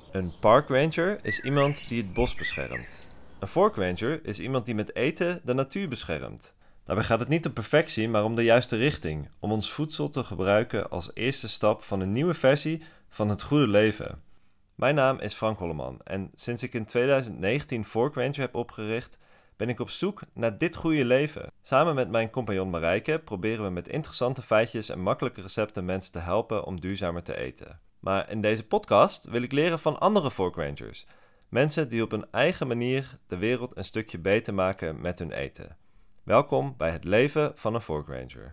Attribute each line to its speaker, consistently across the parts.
Speaker 1: Een park ranger is iemand die het bos beschermt. Een fork ranger is iemand die met eten de natuur beschermt. Daarbij gaat het niet om perfectie, maar om de juiste richting, om ons voedsel te gebruiken als eerste stap van een nieuwe versie van het goede leven. Mijn naam is Frank Holleman en sinds ik in 2019 Fork Ranger heb opgericht, ben ik op zoek naar dit goede leven. Samen met mijn compagnon Marijke proberen we met interessante feitjes en makkelijke recepten mensen te helpen om duurzamer te eten. Maar in deze podcast wil ik leren van andere Fork Rangers. Mensen die op hun eigen manier de wereld een stukje beter maken met hun eten. Welkom bij het leven van een Fork Ranger.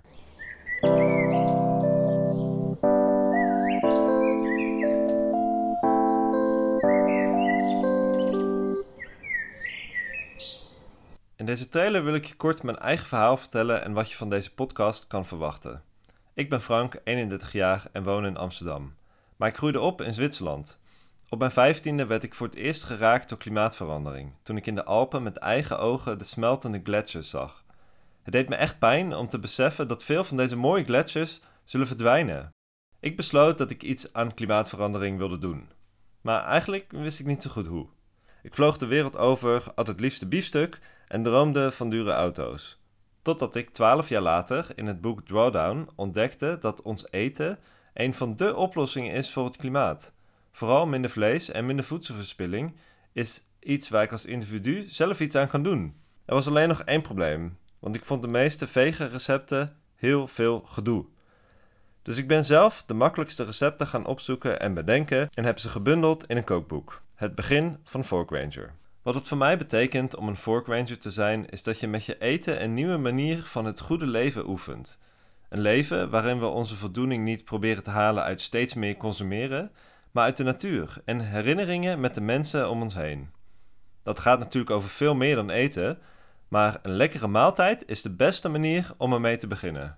Speaker 1: In deze trailer wil ik je kort mijn eigen verhaal vertellen en wat je van deze podcast kan verwachten. Ik ben Frank, 31 jaar en woon in Amsterdam. Maar ik groeide op in Zwitserland. Op mijn 15e werd ik voor het eerst geraakt door klimaatverandering, toen ik in de Alpen met eigen ogen de smeltende gletsjers zag. Het deed me echt pijn om te beseffen dat veel van deze mooie gletsjers zullen verdwijnen. Ik besloot dat ik iets aan klimaatverandering wilde doen. Maar eigenlijk wist ik niet zo goed hoe. Ik vloog de wereld over, at het liefste biefstuk en droomde van dure auto's. Totdat ik 12 jaar later in het boek Drawdown ontdekte dat ons eten een van de oplossingen is voor het klimaat. Vooral minder vlees en minder voedselverspilling is iets waar ik als individu zelf iets aan kan doen. Er was alleen nog één probleem, want ik vond de meeste vegan recepten heel veel gedoe. Dus ik ben zelf de makkelijkste recepten gaan opzoeken en bedenken en heb ze gebundeld in een kookboek. Het begin van Fork Ranger. Wat het voor mij betekent om een Fork Ranger te zijn, is dat je met je eten een nieuwe manier van het goede leven oefent. Een leven waarin we onze voldoening niet proberen te halen uit steeds meer consumeren, maar uit de natuur en herinneringen met de mensen om ons heen. Dat gaat natuurlijk over veel meer dan eten, maar een lekkere maaltijd is de beste manier om ermee te beginnen.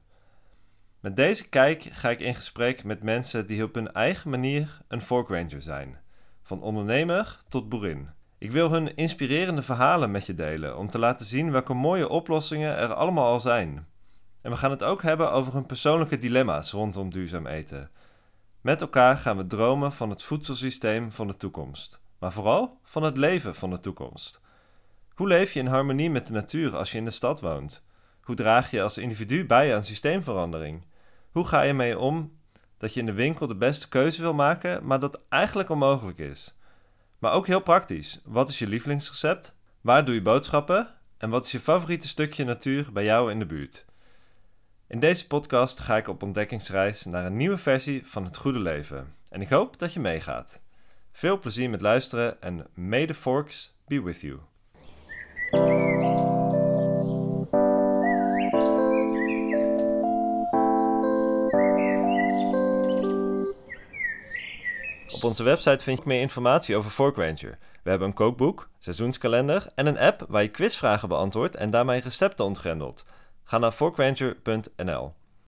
Speaker 1: Met deze kijk ga ik in gesprek met mensen die op hun eigen manier een Fork Ranger zijn. Van ondernemer tot boerin. Ik wil hun inspirerende verhalen met je delen om te laten zien welke mooie oplossingen er allemaal al zijn. En we gaan het ook hebben over hun persoonlijke dilemma's rondom duurzaam eten. Met elkaar gaan we dromen van het voedselsysteem van de toekomst. Maar vooral van het leven van de toekomst. Hoe leef je in harmonie met de natuur als je in de stad woont? Hoe draag je als individu bij aan systeemverandering? Hoe ga je mee om dat je in de winkel de beste keuze wil maken, maar dat eigenlijk onmogelijk is? Maar ook heel praktisch. Wat is je lievelingsrecept? Waar doe je boodschappen? En wat is je favoriete stukje natuur bij jou in de buurt? In deze podcast ga ik op ontdekkingsreis naar een nieuwe versie van het goede leven. En ik hoop dat je meegaat. Veel plezier met luisteren en may the forks be with you. Op onze website vind je meer informatie over Fork Ranger. We hebben een kookboek, seizoenskalender en een app waar je quizvragen beantwoordt en daarmee recepten ontgrendelt. Ga naar forkranger.nl.